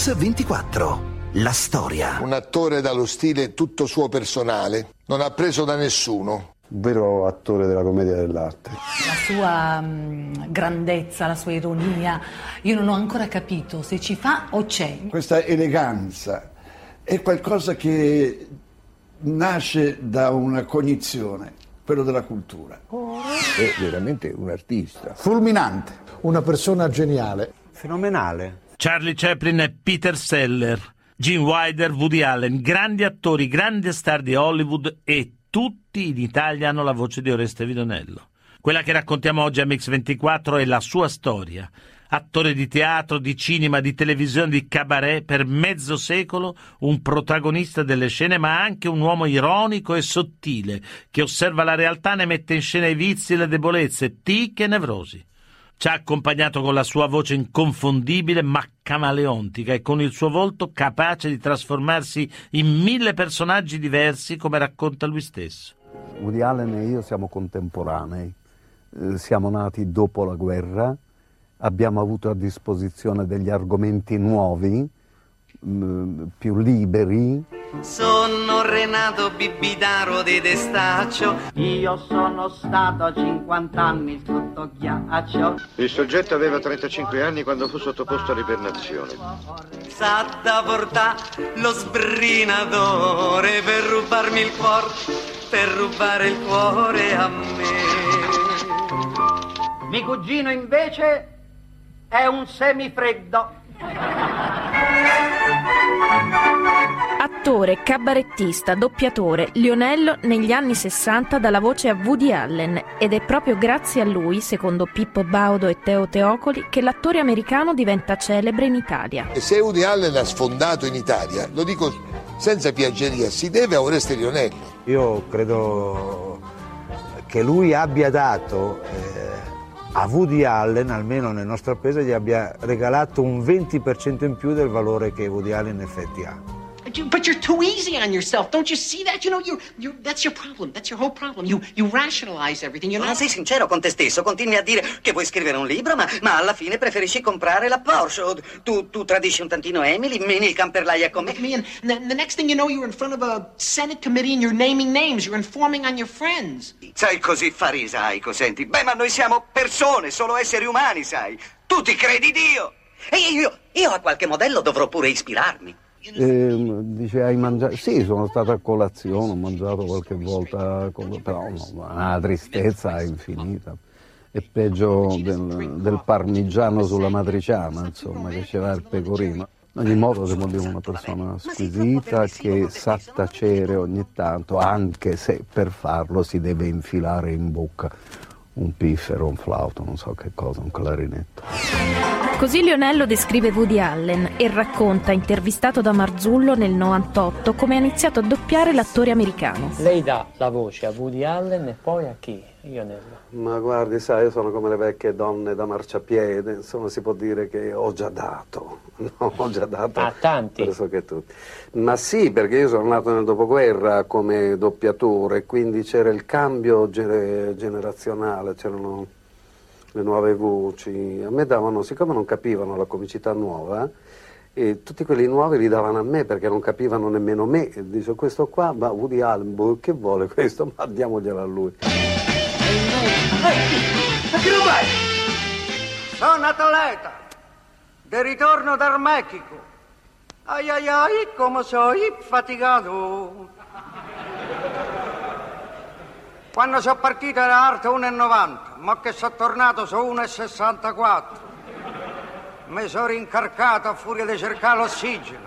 Mix24. La storia. Un attore dallo stile tutto suo personale, non ha preso da nessuno. Un vero attore della commedia dell'arte. La sua grandezza, la sua ironia, io non ho ancora capito se ci fa o c'è. Questa eleganza è qualcosa che nasce da una cognizione, quello della cultura. È veramente un artista. Fulminante. Una persona geniale. Fenomenale. Charlie Chaplin e Peter Seller, Gene Wilder, Woody Allen, grandi attori, grandi star di Hollywood, e tutti in Italia hanno la voce di Oreste Vidonello. Quella che raccontiamo oggi a Mix24 è la sua storia. Attore di teatro, di cinema, di televisione, di cabaret, per mezzo secolo un protagonista delle scene, ma anche un uomo ironico e sottile, che osserva la realtà, ne mette in scena i vizi e le debolezze, tic e nevrosi. Ci ha accompagnato con la sua voce inconfondibile ma camaleontica e con il suo volto capace di trasformarsi in 1000 personaggi diversi, come racconta lui stesso. Woody Allen e io siamo contemporanei, siamo nati dopo la guerra, abbiamo avuto a disposizione degli argomenti nuovi, più liberi. Sono Renato Bibitaro di Testaccio. Io sono stato a 50 anni sotto ghiaccio. Il soggetto aveva 35 anni quando fu sottoposto all'ibernazione. Sa da portà lo sbrinatore per rubarmi il cuore, per rubare il cuore a me. Mio cugino invece è un semifreddo. Attore, cabarettista, doppiatore, Lionello negli anni 60 dà la voce a Woody Allen, ed è proprio grazie a lui, secondo Pippo Baudo e Teo Teocoli, che l'attore americano diventa celebre in Italia. E se Woody Allen ha sfondato in Italia, lo dico senza piaggeria, si deve a Oreste Lionello. Io credo che lui abbia dato a Woody Allen, almeno nel nostro paese, gli abbia regalato un 20% in più del valore che Woody Allen in effetti ha. But you're too easy on yourself. Don't you see that? You know, that's your problem. That's your whole problem. You rationalize everything. Ma sei sincero con te stesso? Continui a dire che vuoi scrivere un libro, ma alla fine preferisci comprare la Porsche. Tu tradisci un tantino Emily, meni il camperlaia con me. The next thing you know, you're in front of a Senate committee and you're naming names. You're informing on your friends. Sei così farisaico, senti. Beh, ma noi siamo persone, solo esseri umani, sai. Tu ti credi Dio. E io a qualche modello dovrò pure ispirarmi. Dice, hai mangiato? Sì, sono stato a colazione, ho mangiato qualche volta, però no, una tristezza infinita. È peggio del parmigiano sulla matriciana, insomma, che ci va il pecorino. In ogni modo, devo dire, una persona squisita che sa tacere ogni tanto, anche se per farlo si deve infilare in bocca un piffero, un flauto, non so che cosa, un clarinetto. Così Lionello descrive Woody Allen e racconta, intervistato da Marzullo nel 98, come ha iniziato a doppiare l'attore americano. Lei dà la voce a Woody Allen e poi a chi? Lionello. Ma guardi, sai, io sono come le vecchie donne da marciapiede, insomma si può dire che ho già dato, no, ho già dato a tanti. Pressoché tutti. Ma sì, perché io sono nato nel dopoguerra come doppiatore, quindi c'era il cambio generazionale, c'erano le nuove voci. A me davano, siccome non capivano la comicità nuova, e tutti quelli nuovi li davano a me perché non capivano nemmeno me. E dice, questo qua, ma Woody Allen, che vuole questo? Ma diamoglielo a lui. Ma che roba è? Sono atleta, di ritorno dal Messico. Ai ai ai, come sono faticato. Quando sono partito era alto 1,90, ma che sono tornato su 1,64. Mi sono rincarcato a furia di cercare l'ossigeno.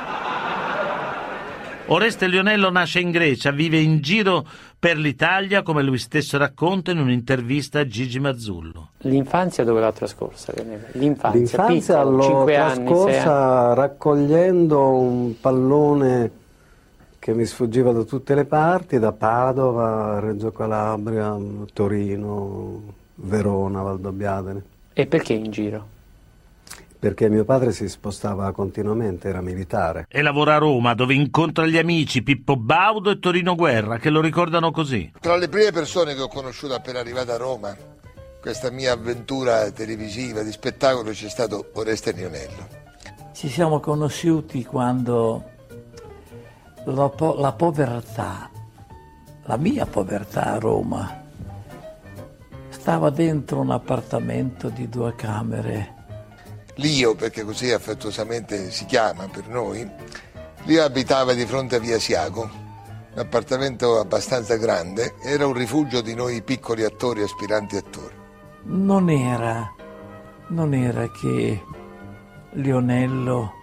Oreste Lionello nasce in Grecia, vive in giro per l'Italia, come lui stesso racconta in un'intervista a Gigi Marzullo. L'infanzia dove l'ha trascorsa? L'infanzia piccolo, l'ho 5 trascorsa raccogliendo un pallone che mi sfuggiva da tutte le parti, da Padova, Reggio Calabria, Torino, Verona, Valdobbiadene. E perché in giro? Perché mio padre si spostava continuamente, era militare. E lavora a Roma, dove incontra gli amici Pippo Baudo e Torino Guerra, che lo ricordano così. Tra le prime persone che ho conosciuto appena arrivato a Roma, questa mia avventura televisiva, di spettacolo, c'è stato Oreste Lionello. Ci siamo conosciuti quando la povertà, la mia povertà a Roma, stava dentro un appartamento di 2 camere. Lio, perché così affettuosamente si chiama per noi, Lio abitava di fronte a via Asiago, un appartamento abbastanza grande, era un rifugio di noi piccoli attori, aspiranti attori. Non era che Lionello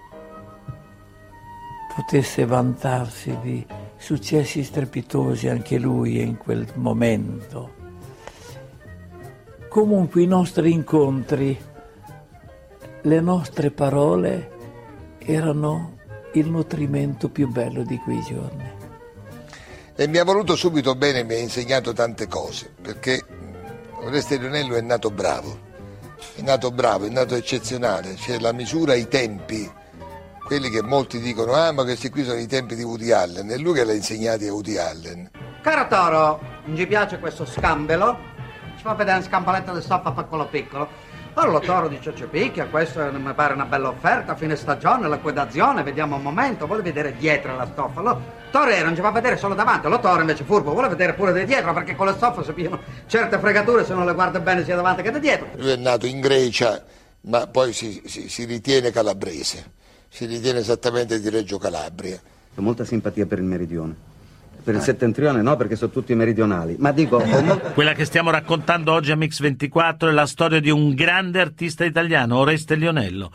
potesse vantarsi di successi strepitosi anche lui in quel momento. Comunque i nostri incontri, le nostre parole erano il nutrimento più bello di quei giorni. E mi ha voluto subito bene, mi ha insegnato tante cose, perché Oreste Lionello è nato bravo, è nato eccezionale, c'è la misura, i tempi, quelli che molti dicono, ma questi qui sono i tempi di Woody Allen, è lui che l'ha insegnati a Woody Allen. Caro Toro, non ci piace questo scambelo? Ci fa vedere un scampaletto di stoffa piccolo piccolo. Allora Toro dice, ci picchia, questo mi pare una bella offerta, fine stagione, liquidazione, vediamo un momento, vuole vedere dietro la stoffa. Allora, Torero non ci fa vedere solo davanti, lo Toro invece furbo, vuole vedere pure di dietro, perché con le stoffe si pigliano certe fregature se non le guarda bene sia davanti che da dietro. Lui è nato in Grecia, ma poi si ritiene calabrese, si ritiene esattamente di Reggio Calabria. Ho molta simpatia per il meridione. Per il settentrione no, perché sono tutti meridionali, ma dico... Quella che stiamo raccontando oggi a Mix24 è la storia di un grande artista italiano, Oreste Lionello.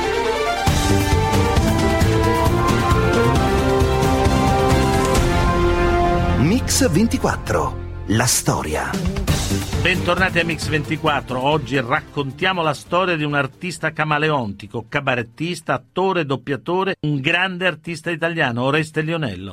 Mix24, la storia. Bentornati a Mix24, oggi raccontiamo la storia di un artista camaleontico, cabarettista, attore, doppiatore, un grande artista italiano, Oreste Lionello.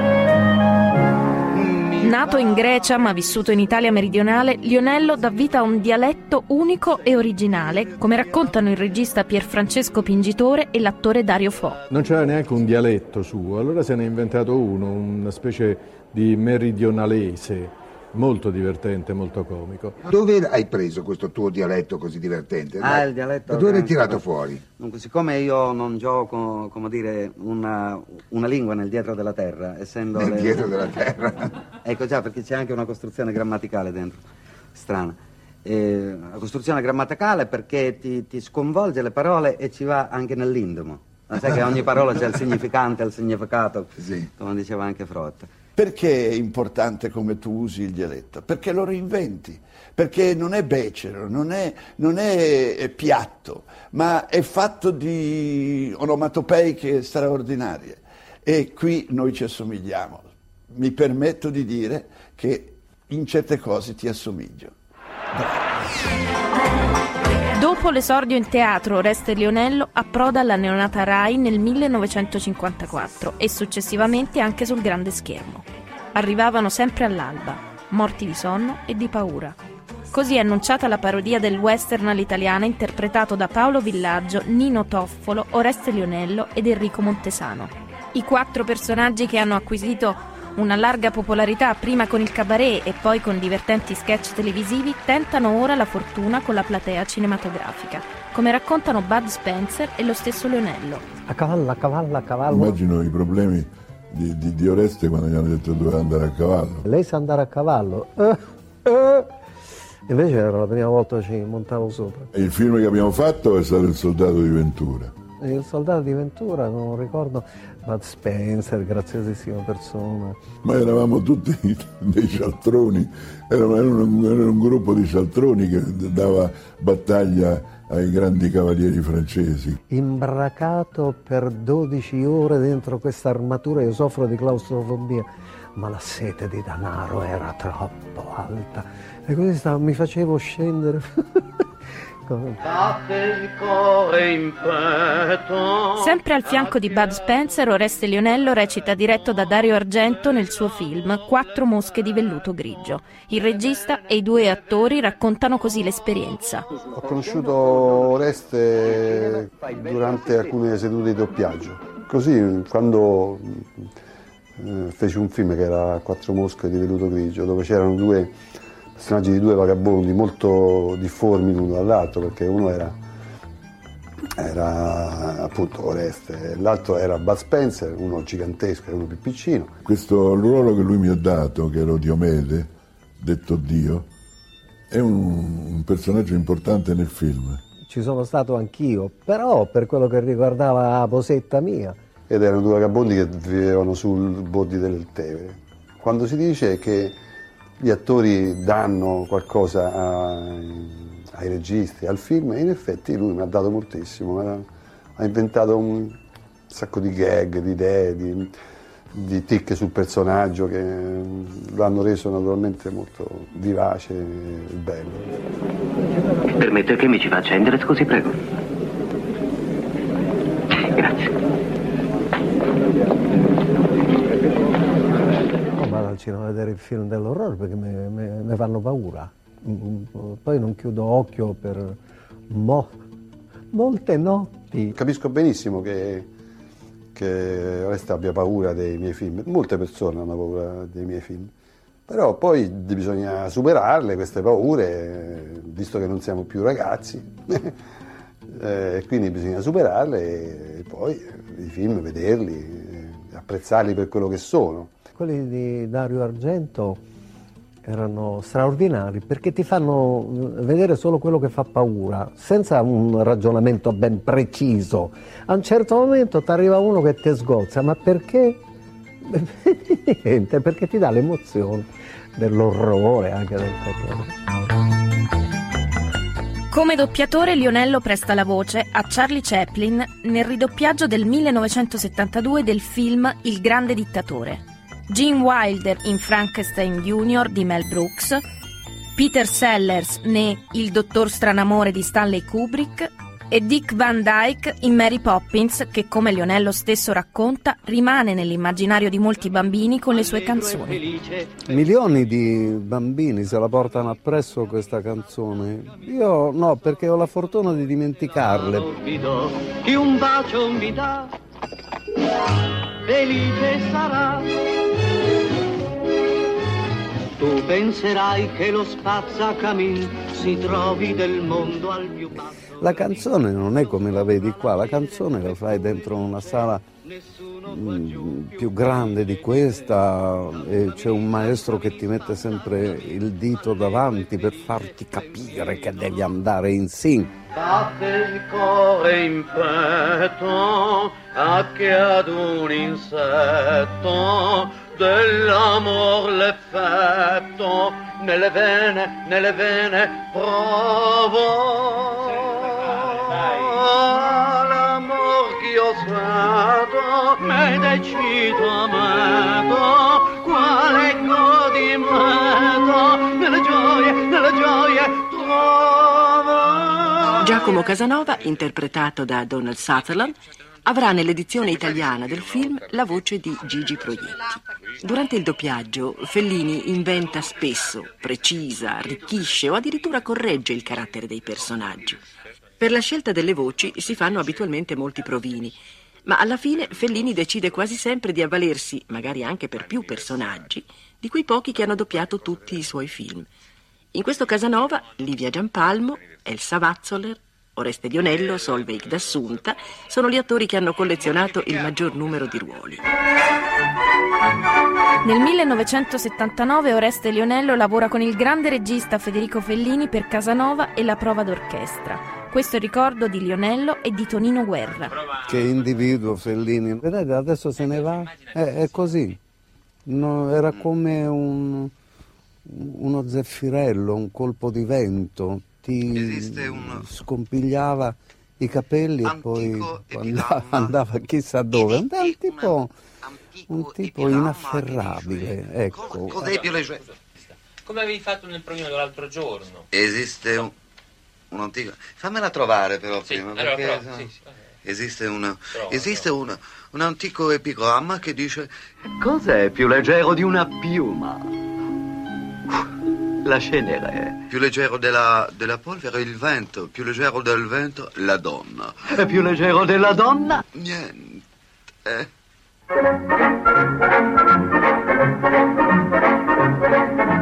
Nato in Grecia ma vissuto in Italia meridionale, Lionello dà vita a un dialetto unico e originale, come raccontano il regista Pierfrancesco Pingitore e l'attore Dario Fo. Non c'era neanche un dialetto suo, allora se ne è inventato uno, una specie di meridionalese, molto divertente, molto comico. Dove hai preso questo tuo dialetto così divertente? Il dialetto... Da dove l'hai tirato fuori? Dunque, siccome io non gioco, come dire, una lingua nel dietro della terra, essendo... Nel dietro della terra? Ecco già, perché c'è anche una costruzione grammaticale dentro, strana. La costruzione grammaticale perché ti sconvolge le parole e ci va anche nell'indomo. Sai che ogni parola c'è il significante e il significato, sì, come diceva anche Freud. Perché è importante come tu usi il dialetto? Perché lo reinventi, perché non è becero, non è piatto, ma è fatto di onomatopeiche straordinarie. E qui noi ci assomigliamo. Mi permetto di dire che in certe cose ti assomiglio. Dopo l'esordio in teatro, Oreste Lionello approda alla neonata Rai nel 1954 e successivamente anche sul grande schermo. Arrivavano sempre all'alba, morti di sonno e di paura. Così è annunciata la parodia del western all'italiana interpretato da Paolo Villaggio, Nino Toffolo, Oreste Lionello ed Enrico Montesano. I 4 personaggi che hanno acquisito una larga popolarità prima con il cabaret e poi con divertenti sketch televisivi tentano ora la fortuna con la platea cinematografica, come raccontano Bud Spencer e lo stesso Lionello. A cavallo. Immagino i problemi di Oreste quando gli hanno detto doveva andare a cavallo. Lei sa andare a cavallo? Invece era la prima volta che ci montavo sopra. E il film che abbiamo fatto è stato Il soldato di Ventura. Il soldato di Ventura, non ricordo, Bud Spencer, graziosissima persona. Ma eravamo tutti dei cialtroni, era un gruppo di cialtroni che dava battaglia ai grandi cavalieri francesi. Imbracato per 12 ore dentro questa armatura, io soffro di claustrofobia, ma la sete di denaro era troppo alta e così mi facevo scendere. Sempre al fianco di Bud Spencer, Oreste Lionello recita diretto da Dario Argento nel suo film 4 mosche di velluto grigio. Il regista e i 2 attori raccontano così l'esperienza. Ho conosciuto Oreste durante alcune sedute di doppiaggio. Così, quando feci un film che era 4 mosche di velluto grigio, dove c'erano 2 personaggi di 2 vagabondi molto difformi l'uno dall'altro, perché uno era era appunto Oreste, l'altro era Bud Spencer, uno gigantesco e uno più piccino. Questo ruolo che lui mi ha dato, che era Diomede, detto Dio, è un personaggio importante nel film. Ci sono stato anch'io, però per quello che riguardava la posetta mia. Ed erano due vagabondi che vivevano sul bordi del Tevere. Quando si dice che gli attori danno qualcosa ai registi, al film, in effetti lui mi ha dato moltissimo, ha inventato un sacco di gag, di idee, di tic sul personaggio che lo hanno reso naturalmente molto vivace e bello. Permette che mi ci faccia accendere, scusi, prego. Grazie. Non vado al cinema a vedere il film dell'orrore perché mi fanno paura. Poi non chiudo occhio per molte notti. Capisco benissimo che Oreste abbia paura dei miei film, molte persone hanno paura dei miei film, però poi bisogna superarle queste paure, visto che non siamo più ragazzi, quindi bisogna superarle e poi i film vederli, apprezzarli per quello che sono. Quelli di Dario Argento erano straordinari perché ti fanno vedere solo quello che fa paura, senza un ragionamento ben preciso. A un certo momento ti arriva uno che ti sgozza, ma perché? Niente, perché ti dà l'emozione dell'orrore, anche del terrore. Come doppiatore Lionello presta la voce a Charlie Chaplin nel ridoppiaggio del 1972 del film Il grande dittatore. Gene Wilder in Frankenstein Jr. di Mel Brooks, Peter Sellers ne Il dottor Stranamore di Stanley Kubrick e Dick Van Dyke in Mary Poppins, che come Lionello stesso racconta rimane nell'immaginario di molti bambini con le sue canzoni. Milioni di bambini se la portano appresso questa canzone. Io no, perché ho la fortuna di dimenticarle. Chi un bacio mi dà, felice sarà. Tu penserai che lo spazzacamin si trovi del mondo al più basso. La canzone non è come la vedi qua, la canzone la fai dentro una sala più grande di questa e c'è un maestro che ti mette sempre il dito davanti per farti capire che devi andare in sync. Batte il cuore in petto a che ad un insetto dell'amor l'effetto nelle vene provo. L'amor che io sento me decido amato, quale godimento nelle gioie trovo. Giacomo Casanova, interpretato da Donald Sutherland, avrà nell'edizione italiana del film la voce di Gigi Proietti. Durante il doppiaggio Fellini inventa spesso, precisa, arricchisce o addirittura corregge il carattere dei personaggi. Per la scelta delle voci si fanno abitualmente molti provini, ma alla fine Fellini decide quasi sempre di avvalersi, magari anche per più personaggi, di quei pochi che hanno doppiato tutti i suoi film. In questo Casanova, Livia Giampalmo, Elsa Vazzoler, Oreste Lionello, Solveig d'Assunta sono gli attori che hanno collezionato il maggior numero di ruoli. Nel 1979 Oreste Lionello lavora con il grande regista Federico Fellini per Casanova e La prova d'orchestra. Questo è il ricordo di Lionello e di Tonino Guerra. Che individuo Fellini, vedete adesso se ne va, è così, no, era come uno zeffirello, un colpo di vento, ti scompigliava i capelli e poi andava chissà dove, un tipo inafferrabile, ecco. Cos'è più leggero? Come avevi fatto nel provino dell'altro giorno? Esiste un antico... Fammela trovare però sì, prima, allora, perché però, sì. esiste un antico epigramma che dice: Cos'è più leggero di una piuma? La cenere. Più leggero della polvere il vento, più leggero del vento la donna. È più leggero della donna? Niente.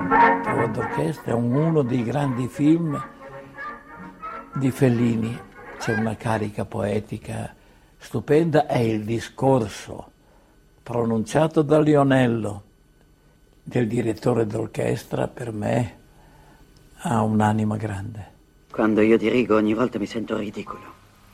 Prova d'orchestra è uno dei grandi film di Fellini c'è una carica poetica stupenda e il discorso pronunciato da Lionello, del direttore d'orchestra, per me ha un'anima grande. Quando io dirigo ogni volta mi sento ridicolo.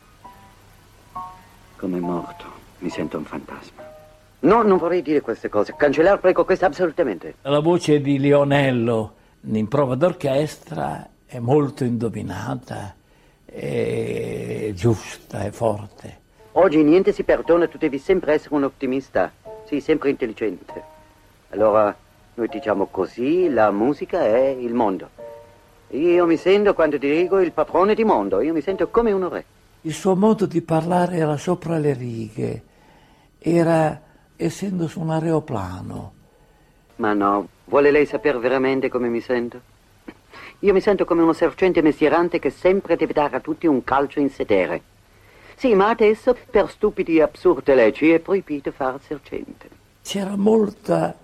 Come morto, mi sento un fantasma. No, non vorrei dire queste cose. Cancellare, prego, questo assolutamente. La voce di Lionello in prova d'orchestra è molto indovinata, è giusta, è forte. Oggi niente si perdona, tu devi sempre essere un ottimista. Sì, sempre intelligente. Allora, noi diciamo così, la musica è il mondo. Io mi sento, quando dirigo, il padrone di mondo. Io mi sento come un re. Il suo modo di parlare era sopra le righe, era essendo su un aeroplano. Ma no, vuole lei sapere veramente come mi sento? Io mi sento come uno sergente mestierante che sempre deve dare a tutti un calcio in sedere. Sì, ma adesso, per stupidi e assurde leggi, è proibito fare il sergente. C'era molta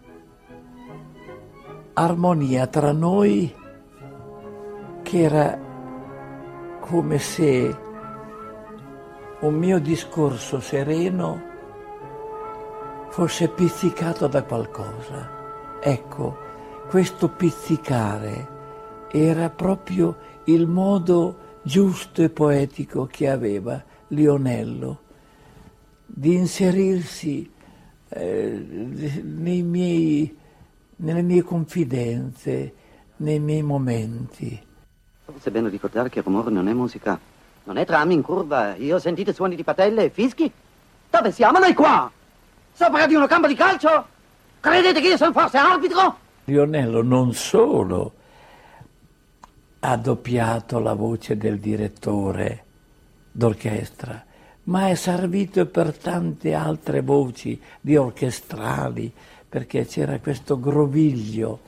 armonia tra noi, che era come se un mio discorso sereno fosse pizzicato da qualcosa. Ecco, questo pizzicare era proprio il modo giusto e poetico che aveva Lionello di inserirsi nelle mie confidenze, nei miei momenti. Forse è bene ricordare che il rumore non è musica. Non è tram in curva. Io ho sentito suoni di patelle e fischi. Dove siamo noi qua? Sopra di uno campo di calcio? Credete che io sono forse arbitro? Lionello non solo ha doppiato la voce del direttore d'orchestra, ma è servito per tante altre voci di orchestrali, perché c'era questo groviglio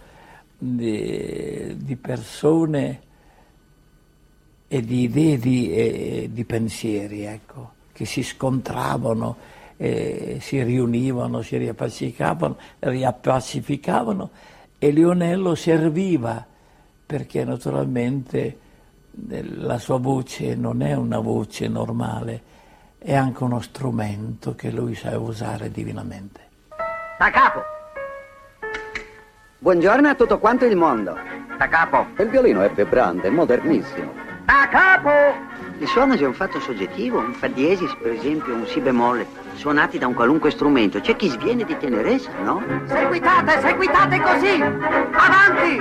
di persone e di idee e di pensieri, ecco, che si scontravano, si riunivano, si riappacificavano, e Lionello serviva, perché naturalmente la sua voce non è una voce normale, è anche uno strumento che lui sa usare divinamente. Da capo! Buongiorno a tutto quanto il mondo. Da capo! Il violino è vibrante, modernissimo. Da capo! Il suono è un fatto soggettivo, un fa diesis per esempio, un si bemolle, suonati da un qualunque strumento. C'è chi sviene di tenerezza, no? Seguitate così! Avanti!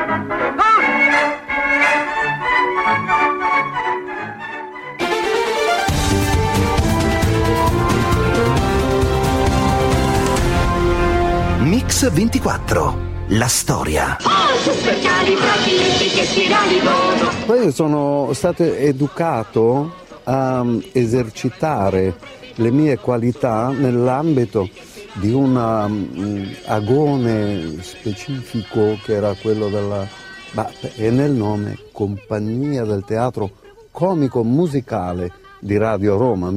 Mix 24. La storia. Poi sono stato educato a esercitare le mie qualità nell'ambito di un agone specifico che era quello della, è nel nome, Compagnia del Teatro Comico Musicale di Radio Roma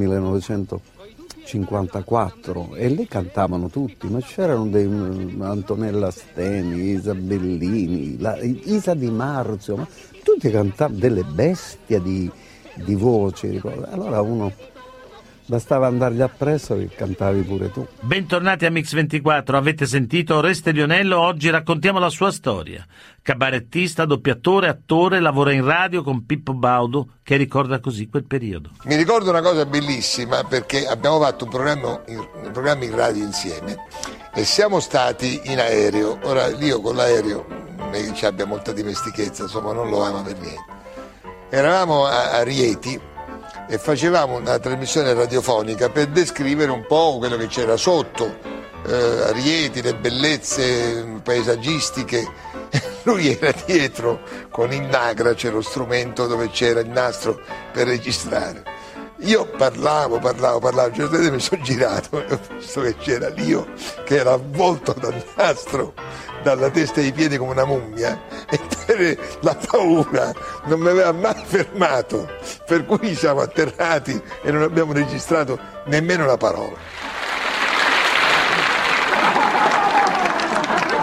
1954, e lì cantavano tutti, ma c'erano dei Antonella Steni, Isa Bellini, Isa Di Marzio, ma tutti cantavano, delle bestie di voci. Allora uno bastava andargli appresso e cantavi pure tu. Bentornati a Mix 24, avete sentito Oreste Lionello, oggi raccontiamo la sua storia. Cabarettista, doppiatore, attore, lavora in radio con Pippo Baudo, che ricorda così quel periodo. Mi ricordo una cosa bellissima, perché abbiamo fatto un programma in radio insieme e siamo stati in aereo. Ora io con l'aereo non è che ci abbia molta dimestichezza, insomma non lo ama per niente. Eravamo a Rieti e facevamo una trasmissione radiofonica per descrivere un po' quello che c'era sotto, a Rieti, le bellezze paesaggistiche. Lui era dietro con il Nagra, c'era lo strumento dove c'era il nastro per registrare. Io parlavo, a un certo punto mi sono girato e ho visto che c'era Lio che era avvolto dal nastro dalla testa ai piedi come una mummia, e per la paura non mi aveva mai fermato, per cui siamo atterrati e non abbiamo registrato nemmeno una parola.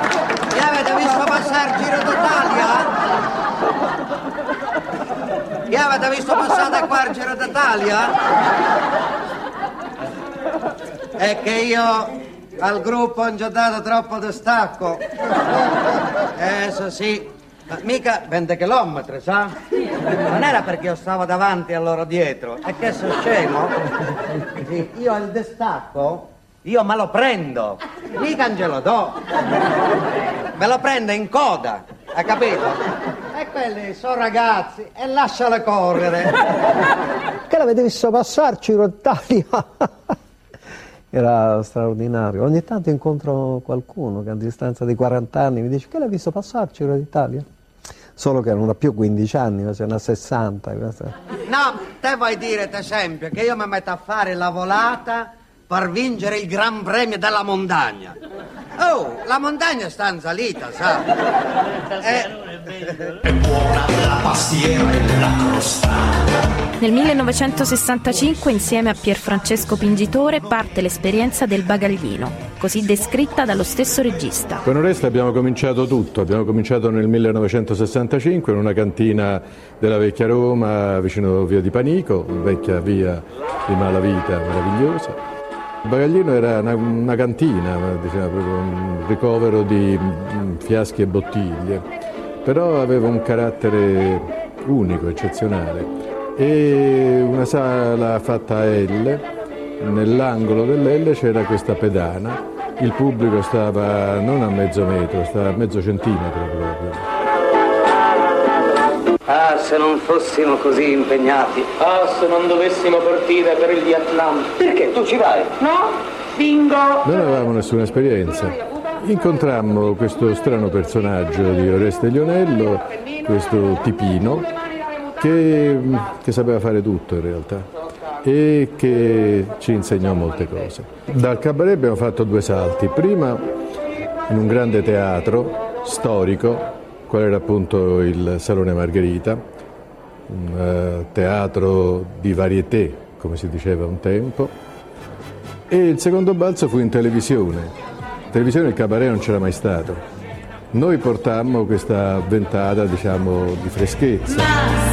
E avete visto passare il Giro d'Italia? Chi avete visto passare qua al Giro d'Italia? È che io al gruppo ho già dato troppo distacco. Sì. Ma mica 20 chilometri, sa? Non era perché io stavo davanti e loro dietro. È che sono scemo. Sì, io il distacco, io me lo prendo. Mica non glielo do. Me lo prendo in coda, hai capito? E quelli sono ragazzi e lasciale correre. Che l'avete visto passare Giro d'Italia? Era straordinario. Ogni tanto incontro qualcuno che a distanza di 40 anni mi dice che l'hai visto passare Giro d'Italia? Solo che non ha più 15 anni, ma se ne ha 60. No, te vuoi dire, ad esempio, che io mi metto a fare la volata per vincere il Gran Premio della montagna. Oh, la montagna sta in salita, sa? È buona la pastiera e la crostata. Nel 1965, insieme a Pierfrancesco Pingitore, parte l'esperienza del bagaglino, così descritta dallo stesso regista. Con Oreste abbiamo cominciato tutto. Abbiamo cominciato nel 1965 in una cantina della vecchia Roma, vicino via di Panico, vecchia via di Malavita meravigliosa. Il bagaglino era una cantina, diciamo, proprio un ricovero di fiaschi e bottiglie, però aveva un carattere unico, eccezionale. E una sala fatta a L, nell'angolo dell'L c'era questa pedana, il pubblico stava non a mezzo metro, stava a mezzo centimetro proprio. Ah, se non fossimo così impegnati. Ah, se non dovessimo partire per il Vietnam. Perché? Tu ci vai? No, bingo! Non avevamo nessuna esperienza. Incontrammo questo strano personaggio di Oreste Lionello, questo tipino, che sapeva fare tutto in realtà e che ci insegnò molte cose. Dal cabaret abbiamo fatto 2 salti, prima in un grande teatro storico, qual era appunto il Salone Margherita, un teatro di varietà, come si diceva un tempo, e il secondo balzo fu in televisione. In televisione il cabaret non c'era mai stato. Noi portammo questa ventata, diciamo, di freschezza.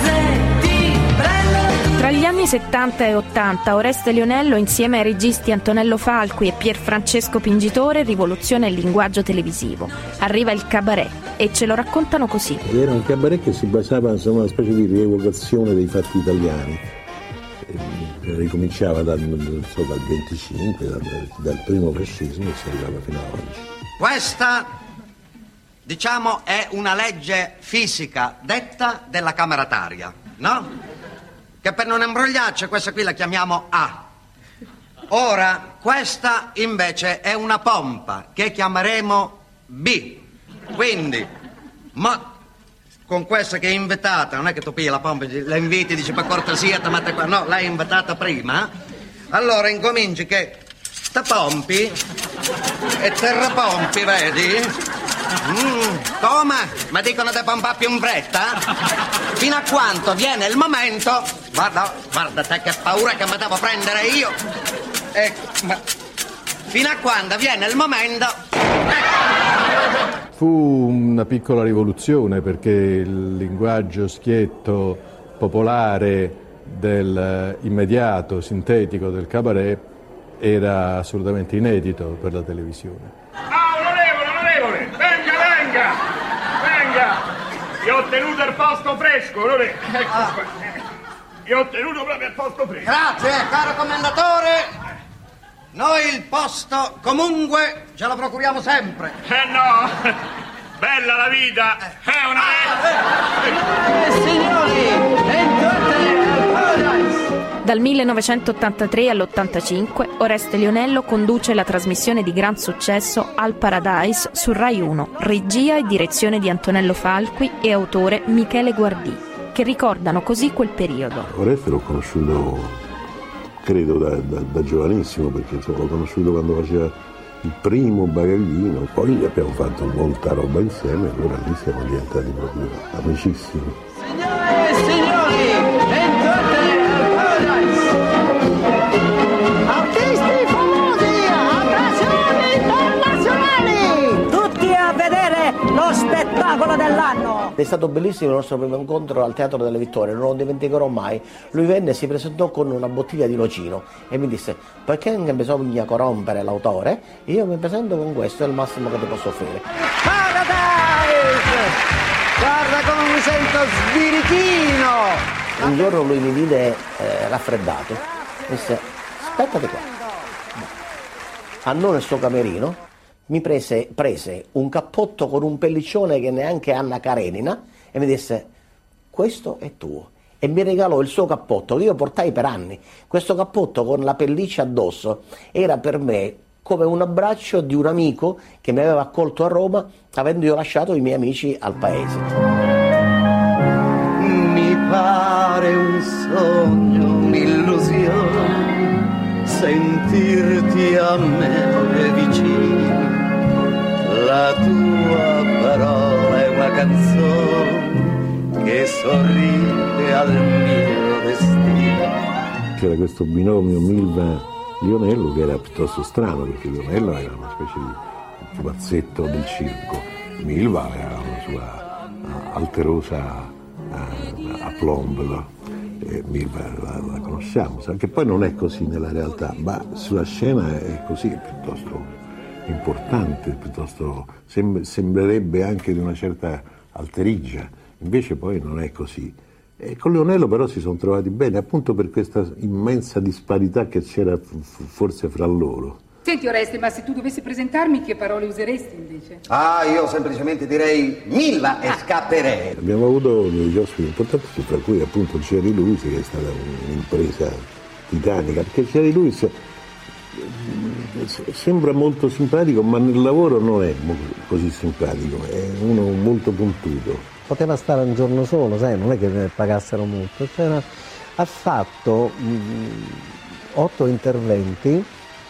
Tra gli anni 70 e 80 Oreste Lionello insieme ai registi Antonello Falqui e Pierfrancesco Pingitore rivoluziona il linguaggio televisivo. Arriva il cabaret e ce lo raccontano così. Era un cabaret che si basava su una specie di rievocazione dei fatti italiani. Ricominciava dal 25, dal primo fascismo e si arrivava fino a oggi. Questa, diciamo, è una legge fisica detta della camerataria, no? Che per non imbrogliarci questa qui la chiamiamo A. Ora, questa invece è una pompa che chiameremo B. Quindi, con questa che è invitata, non è che tu pigli la pompa, la inviti, dici per cortesia, te mette qua, no, l'hai invitata prima, allora incominci che te pompi e te repompi, vedi? Come? Ma dicono di pompare più in fretta? Fino a quanto viene il momento. Guarda te che paura che mi devo prendere io. Fino a quando viene il momento. Fu una piccola rivoluzione perché il linguaggio schietto, popolare, immediato, sintetico del cabaret era assolutamente inedito per la televisione. Onorevole, venga! Io ho tenuto il posto fresco, ecco qua. Io ho tenuto proprio il posto fresco. Grazie, caro commendatore. Noi il posto comunque ce lo procuriamo sempre. No, bella la vita, è una... Signori, Dal 1983 all'85 Oreste Lionello conduce la trasmissione di gran successo Al Paradise su Rai 1, regia e direzione di Antonello Falqui e autore Michele Guardì, che ricordano così quel periodo. Oreste l'ho conosciuto, credo, da giovanissimo, perché insomma, l'ho conosciuto quando faceva il primo bagaglino, poi abbiamo fatto molta roba insieme, allora lì siamo diventati proprio amicissimi. Signore e signori, bentornati al Paradise! Artisti famosi, attrazioni internazionali! Tutti a vedere lo spettacolo dell'anno! Ed è stato bellissimo il nostro primo incontro al Teatro delle Vittorie, non lo dimenticherò mai. Lui venne e si presentò con una bottiglia di nocino e mi disse: perché non bisogna corrompere l'autore, io mi presento con questo, è il massimo che ti posso offrire. Paradise! Guarda come mi sento sbirichino! Un giorno lui mi vide raffreddato, mi disse: aspettate qua. Andò nel suo camerino, mi prese un cappotto con un pelliccione che neanche Anna Karenina e mi disse: questo è tuo. E mi regalò il suo cappotto che io portai per anni. Questo cappotto con la pelliccia addosso era per me come un abbraccio di un amico che mi aveva accolto a Roma avendo io lasciato i miei amici al paese. Mi pare un sogno, un'illusione, sentirti a me vicino. La tua parola è una canzone che sorride al mio destino. C'era questo binomio Milva-Lionello che era piuttosto strano, perché Lionello era una specie di pupazzetto del circo, Milva era una sua alterosa aplomb. Milva la conosciamo, che poi non è così nella realtà, ma sulla scena è così, è piuttosto importante, piuttosto sembrerebbe anche di una certa alterigia, invece poi non è così. E con Lionello però si sono trovati bene, appunto per questa immensa disparità che c'era forse fra loro. Senti Oreste, ma se tu dovessi presentarmi, che parole useresti invece? Ah, io semplicemente direi Milva e scapperei. Abbiamo avuto degli ospiti importanti, tra cui appunto Jerry Lewis, che è stata un'impresa titanica, perché Jerry Lewis sembra molto simpatico, ma nel lavoro non è così simpatico, è uno molto puntuto. Poteva stare un giorno solo, sai, non è che ne pagassero molto. Ha fatto 8 interventi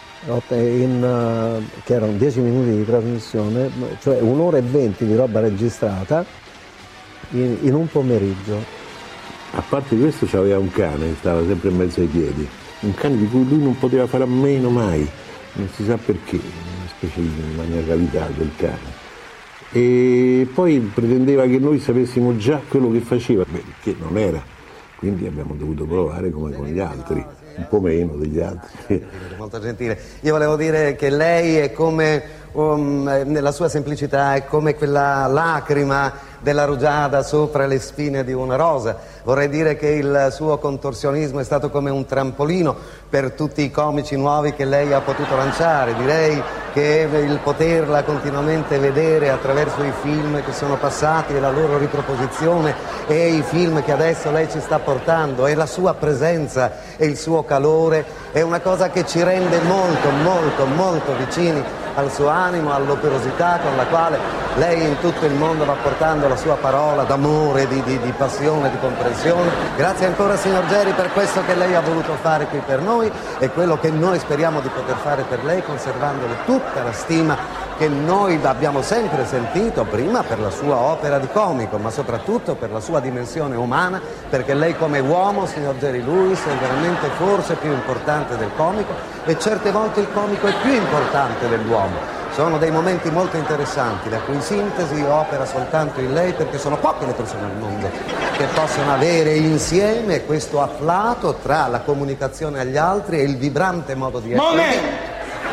che erano 10 minuti di trasmissione, cioè 1 ora e 20 di roba registrata in un pomeriggio. A parte questo c'aveva un cane che stava sempre in mezzo ai piedi, un cane di cui lui non poteva fare a meno mai, non si sa perché, una specie di maniacalità del cane. E poi pretendeva che noi sapessimo già quello che faceva, che non era, quindi abbiamo dovuto provare come con gli altri, un po' meno degli altri. Molto gentile. Io volevo dire che lei è come, nella sua semplicità, è come quella lacrima della rugiada sopra le spine di una rosa. Vorrei dire che il suo contorsionismo è stato come un trampolino per tutti i comici nuovi che lei ha potuto lanciare. Direi che il poterla continuamente vedere attraverso i film che sono passati e la loro riproposizione e i film che adesso lei ci sta portando e la sua presenza e il suo calore è una cosa che ci rende molto, molto, molto vicini al suo animo, all'operosità con la quale lei in tutto il mondo va portando la sua parola d'amore, di passione, di comprensione. Grazie ancora signor Geri per questo che lei ha voluto fare qui per noi e quello che noi speriamo di poter fare per lei, conservandole tutta la stima che noi abbiamo sempre sentito, prima per la sua opera di comico, ma soprattutto per la sua dimensione umana, perché lei come uomo, signor Jerry Lewis, è veramente forse più importante del comico e certe volte il comico è più importante dell'uomo. Sono dei momenti molto interessanti, la cui sintesi opera soltanto in lei, perché sono poche le persone al mondo che possono avere insieme questo afflato tra la comunicazione agli altri e il vibrante modo di essere. Momento!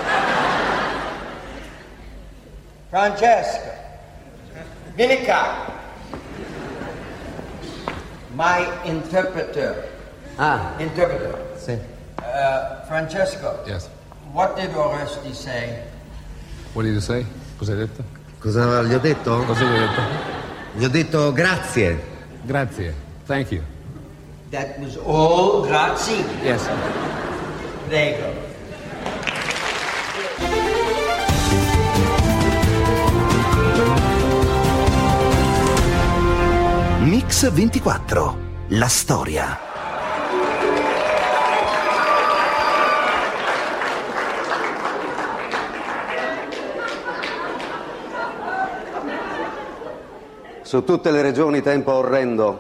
Francesca, vieni qua. My interpreter. Interpreter. Sì. Francesco. Yes. What did Oresti say? What did you say? Cosa hai detto? Cosa gli ho detto? Cosa gli hai detto? Gli ho detto grazie. Grazie. Thank you. That was all grazie. Yes. Prego. Mix 24. La storia. Su tutte le regioni tempo orrendo.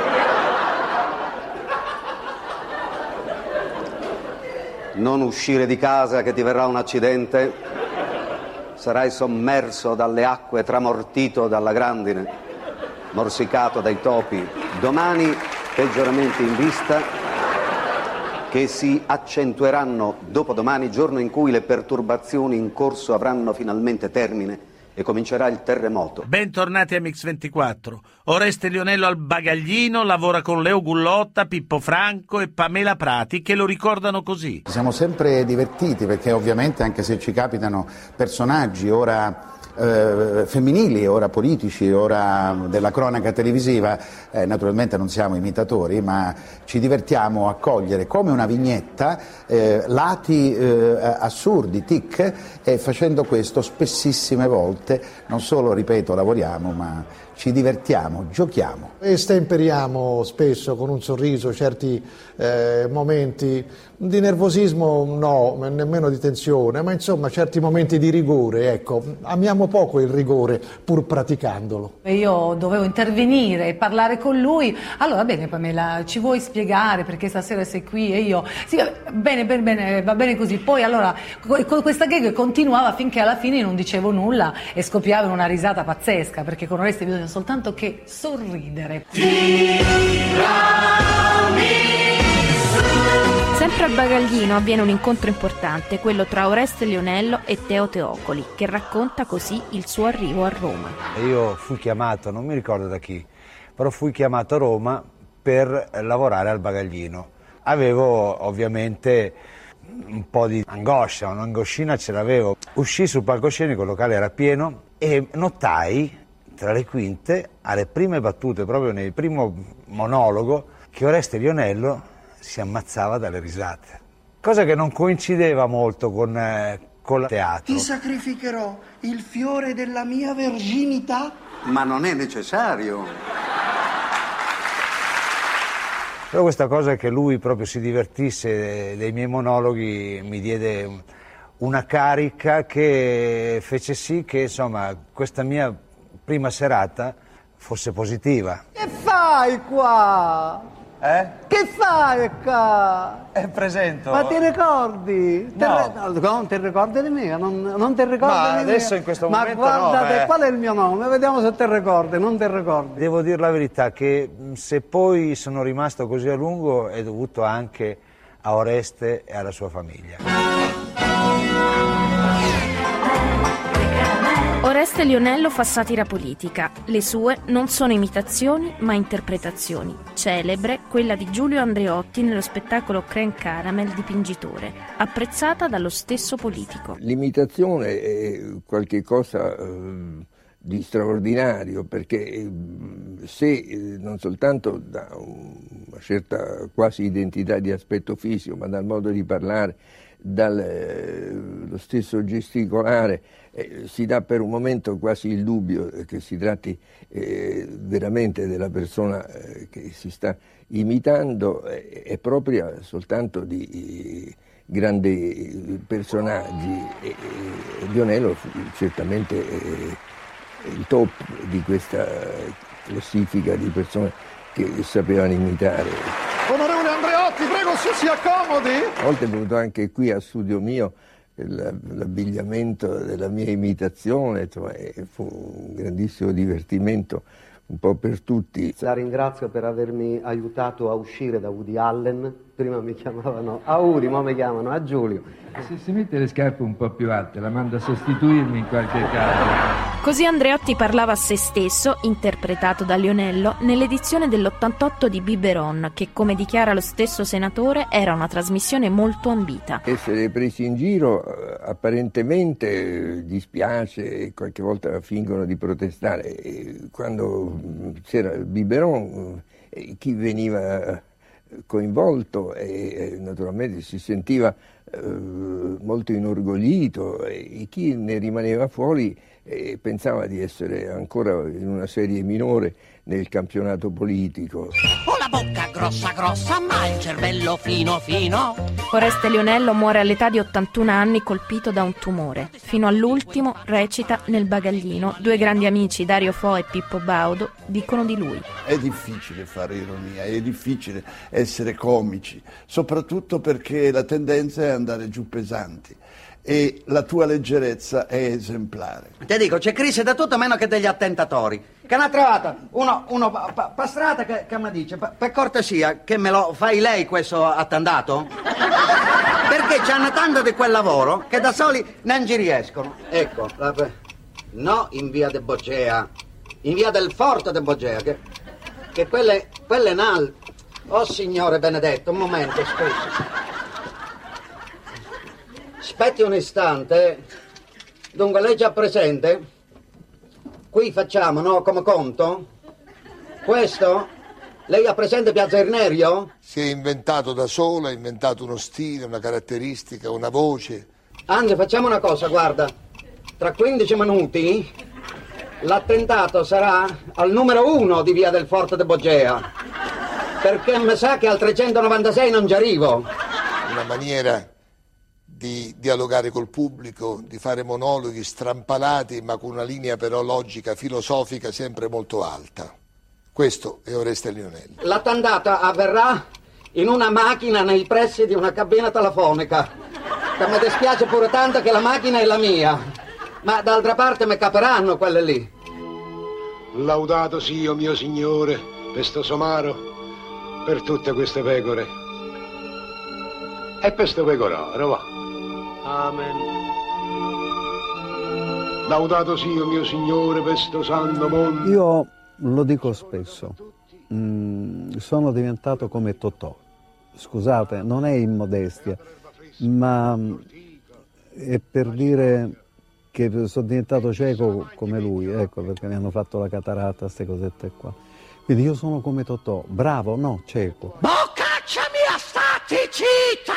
Non uscire di casa che ti verrà un accidente. Sarai sommerso dalle acque, tramortito dalla grandine. morsicato dai topi. Domani peggioramenti in vista che si accentueranno dopodomani, giorno in cui le perturbazioni in corso avranno finalmente termine e comincerà il terremoto. Bentornati a Mix24. Oreste Lionello al bagaglino lavora con Leo Gullotta, Pippo Franco e Pamela Prati, che lo ricordano così. Ci siamo sempre divertiti perché ovviamente, anche se ci capitano personaggi ora femminili, ora politici, ora della cronaca televisiva, naturalmente non siamo imitatori, ma ci divertiamo a cogliere come una vignetta lati assurdi, tic, e facendo questo spessissime volte non solo, ripeto, lavoriamo, ma ci divertiamo, giochiamo. Estemperiamo spesso con un sorriso certi momenti di nervosismo, no, nemmeno di tensione, ma insomma certi momenti di rigore, ecco. Amiamo poco il rigore pur praticandolo. Io dovevo intervenire e parlare con lui. Allora, bene Pamela, ci vuoi spiegare perché stasera sei qui e io? Sì, bene, va bene così. Poi allora questa gag continuava finché alla fine non dicevo nulla e scoppiavo in una risata pazzesca, perché con Oreste bisogna soltanto che sorridere. Sempre al bagaglino avviene un incontro importante, quello tra Oreste Lionello e Teo Teocoli, che racconta così il suo arrivo a Roma. Io fui chiamato, non mi ricordo da chi, però fui chiamato a Roma per lavorare al bagaglino. Avevo ovviamente un po' di angoscia, un'angoscina ce l'avevo. Uscii sul palcoscenico, il locale era pieno e notai tra le quinte, alle prime battute, proprio nel primo monologo, che Oreste Lionello si ammazzava dalle risate, cosa che non coincideva molto con il teatro. Ti sacrificherò il fiore della mia verginità? Ma non è necessario. Però questa cosa che lui proprio si divertisse dei miei monologhi mi diede una carica che fece sì che, insomma, questa mia prima serata fosse positiva. Che fai qua? Che fai qua? Presento. Ma ti ricordi? No. Non ti ricordi di me? Non ti ricordi Ma di me? adesso in questo momento Ma guardate, no, qual è il mio nome? Vediamo se ti ricordi, non ti ricordi. Devo dire la verità che se poi sono rimasto così a lungo è dovuto anche a Oreste e alla sua famiglia. Oreste Lionello fa satira politica. Le sue non sono imitazioni, ma interpretazioni. Celebre quella di Giulio Andreotti nello spettacolo Cream Caramel Dipingitore, apprezzata dallo stesso politico. L'imitazione è qualche cosa di straordinario, perché se non soltanto da una certa quasi identità di aspetto fisico, ma dal modo di parlare, dallo stesso gesticolare, si dà per un momento quasi il dubbio che si tratti veramente della persona che si sta imitando, è propria soltanto di grandi personaggi, e Lionello fu certamente il top di questa classifica di persone che sapevano imitare. Onorevole Andreotti, prego, si accomodi. A volte è venuto anche qui a studio mio l'abbigliamento della mia imitazione, insomma, fu un grandissimo divertimento un po' per tutti. La ringrazio per avermi aiutato a uscire da Woody Allen. Prima mi chiamavano a Uri, ora mi chiamano a Giulio. Se si mette le scarpe un po' più alte, la mando a sostituirmi in qualche caso. Così Andreotti parlava a se stesso, interpretato da Lionello, nell'edizione dell'88 di Biberon, che, come dichiara lo stesso senatore, era una trasmissione molto ambita. Essere presi in giro apparentemente dispiace e qualche volta fingono di protestare. Quando c'era il Biberon, chi veniva coinvolto e naturalmente si sentiva molto inorgoglito, e chi ne rimaneva fuori pensava di essere ancora in una serie minore nel campionato politico. Ho la bocca grossa, ma il cervello fino. Oreste Lionello muore all'età di 81 anni colpito da un tumore. Fino all'ultimo recita nel bagaglino. Due grandi amici, Dario Fo e Pippo Baudo, dicono di lui: è difficile fare ironia, è difficile essere comici, soprattutto perché la tendenza è andare giù pesanti. e la tua leggerezza è esemplare. Ti dico, c'è crisi da tutto meno che degli attentatori. Che ne ha trovata uno per strada che mi dice, per cortesia, che me lo fai lei questo attentato? Perché c'hanno tanto di quel lavoro che da soli non ci riescono. Ecco, no in via de Boggea, in via del Forte de Boggea, che quelle nal... Oh signore benedetto, un momento, scusi. Aspetti un istante. Dunque, lei già presente? Qui facciamo, no, come conto? Questo? Lei ha presente Piazza Irnerio? Si è inventato da solo, ha inventato uno stile, una caratteristica, una voce. Anzi, facciamo una cosa, guarda. Tra 15 minuti l'attentato sarà al numero 1 di via del Forte de Boggea. Perché mi sa che al 396 non ci arrivo. Una maniera di dialogare col pubblico, di fare monologhi strampalati ma con una linea però logica, filosofica sempre molto alta. Questo è Oreste Lionello. L'attentato avverrà in una macchina nei pressi di una cabina telefonica. Che mi dispiace pure tanto che la macchina è la mia, ma d'altra parte mi caperanno quelle lì. Laudato sia mio Signore per sto somaro, per tutte queste pecore e per sto pecoraro, va. Amen. Laudato sia mio Signore per sto santo mondo. Io lo dico spesso, sono diventato come Totò. Scusate, non è immodestia, ma è per dire che sono diventato cieco come lui, ecco perché mi hanno fatto la cataratta, queste cosette qua. Quindi io sono come Totò, bravo, no, cieco. Boccaccia mia staticita!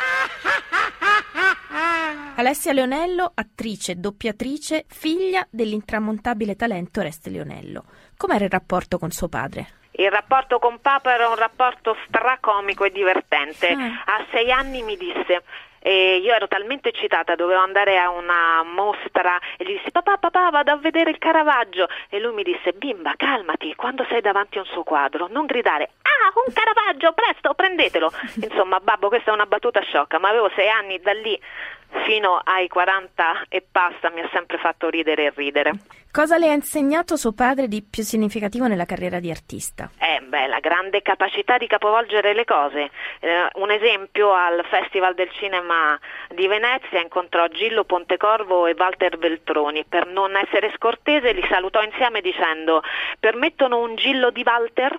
Alessia Leonello, attrice, doppiatrice, figlia dell'intramontabile talento Oreste Lionello. Com'era il rapporto con suo padre? Il rapporto con papà era un rapporto stracomico e divertente. A 6 anni mi disse... E io ero talmente eccitata, dovevo andare a una mostra e gli dissi papà vado a vedere il Caravaggio e lui mi disse bimba calmati, quando sei davanti a un suo quadro non gridare un Caravaggio, presto prendetelo. Insomma babbo, questa è una battuta sciocca, ma avevo 6 anni, da lì fino ai 40 e passa mi ha sempre fatto ridere e ridere. Cosa le ha insegnato suo padre di più significativo nella carriera di artista? La grande capacità di capovolgere le cose. Un esempio, al Festival del Cinema di Venezia incontrò Gillo Pontecorvo e Walter Veltroni. Per non essere scortese li salutò insieme dicendo permettono un Gillo di Walter?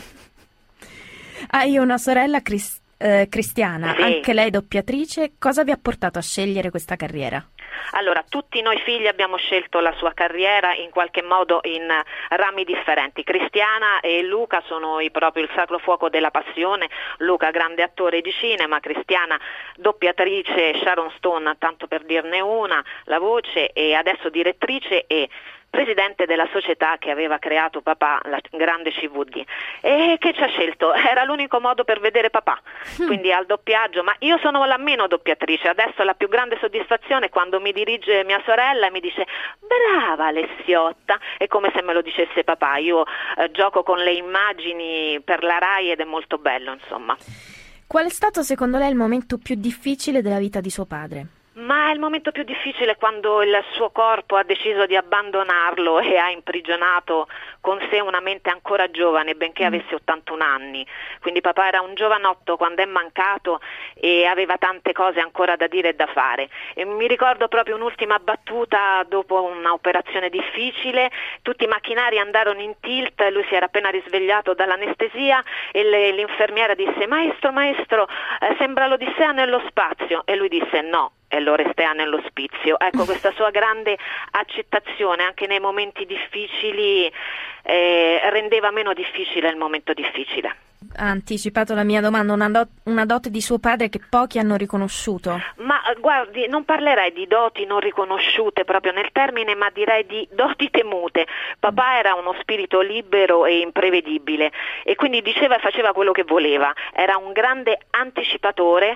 Hai una sorella Cristiana, sì. Anche lei doppiatrice. Cosa vi ha portato a scegliere questa carriera? Allora, tutti noi figli abbiamo scelto la sua carriera in qualche modo in rami differenti. Cristiana e Luca sono proprio il sacro fuoco della passione. Luca grande attore di cinema, Cristiana doppiatrice, Sharon Stone, tanto per dirne una, la voce, e adesso direttrice e presidente della società che aveva creato papà, la grande CVD, e che ci ha scelto, era l'unico modo per vedere papà, quindi al doppiaggio. Ma io sono la meno doppiatrice, adesso la più grande soddisfazione è quando mi dirige mia sorella e mi dice brava Alessiotta, è come se me lo dicesse papà. Io gioco con le immagini per la Rai ed è molto bello, insomma. Qual è stato secondo lei il momento più difficile della vita di suo padre? Ma il momento più difficile è quando il suo corpo ha deciso di abbandonarlo e ha imprigionato con sé una mente ancora giovane, benché avesse 81 anni. Quindi papà era un giovanotto quando è mancato e aveva tante cose ancora da dire e da fare. E mi ricordo proprio un'ultima battuta dopo un'operazione difficile, tutti i macchinari andarono in tilt, lui si era appena risvegliato dall'anestesia e l'infermiera disse maestro, sembra l'Odissea nello spazio, e lui disse no. E l'Orestea nello spizio. Ecco, questa sua grande accettazione anche nei momenti difficili rendeva meno difficile il momento difficile. Ha anticipato la mia domanda, una dote di suo padre che pochi hanno riconosciuto. Ma guardi, non parlerei di doti non riconosciute proprio nel termine, ma direi di doti temute. Papà era uno spirito libero e imprevedibile e quindi diceva e faceva quello che voleva. Era un grande anticipatore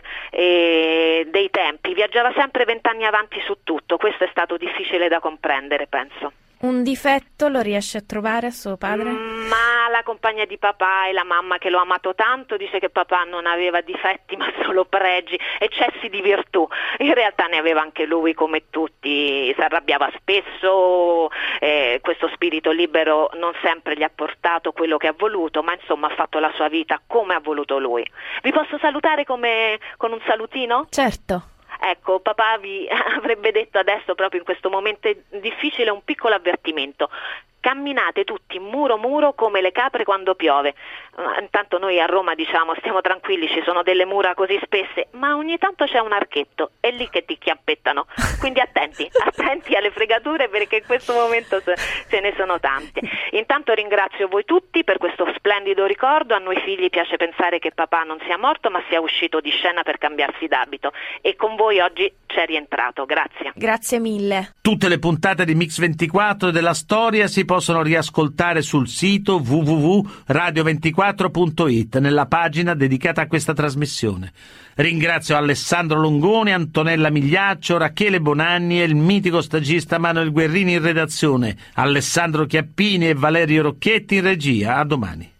dei tempi, viaggiava sempre 20 anni avanti su tutto. Questo è stato difficile da comprendere, penso. Un difetto lo riesce a trovare a suo padre? Ma la compagna di papà e la mamma che l'ho amato tanto dice che papà non aveva difetti ma solo pregi, eccessi di virtù. In realtà ne aveva anche lui come tutti, si arrabbiava spesso, questo spirito libero non sempre gli ha portato quello che ha voluto, ma insomma ha fatto la sua vita come ha voluto lui. Vi posso salutare con un salutino? Certo. Ecco, papà vi avrebbe detto adesso, proprio in questo momento difficile, un piccolo avvertimento. Camminate tutti muro muro come le capre quando piove. Intanto noi a Roma diciamo stiamo tranquilli, ci sono delle mura così spesse, ma ogni tanto c'è un archetto, è lì che ti chiappettano. Quindi attenti alle fregature, perché in questo momento ce ne sono tante. Intanto ringrazio voi tutti per questo splendido ricordo. A noi figli piace pensare che papà non sia morto ma sia uscito di scena per cambiarsi d'abito, e con voi oggi c'è rientrato. Grazie. Grazie mille. Tutte le puntate di Mix24 della storia si possono riascoltare sul sito www.radio24.it nella pagina dedicata a questa trasmissione. Ringrazio Alessandro Longoni, Antonella Migliaccio, Rachele Bonanni e il mitico stagista Manuel Guerrini in redazione, Alessandro Chiappini e Valerio Rocchetti in regia. A domani.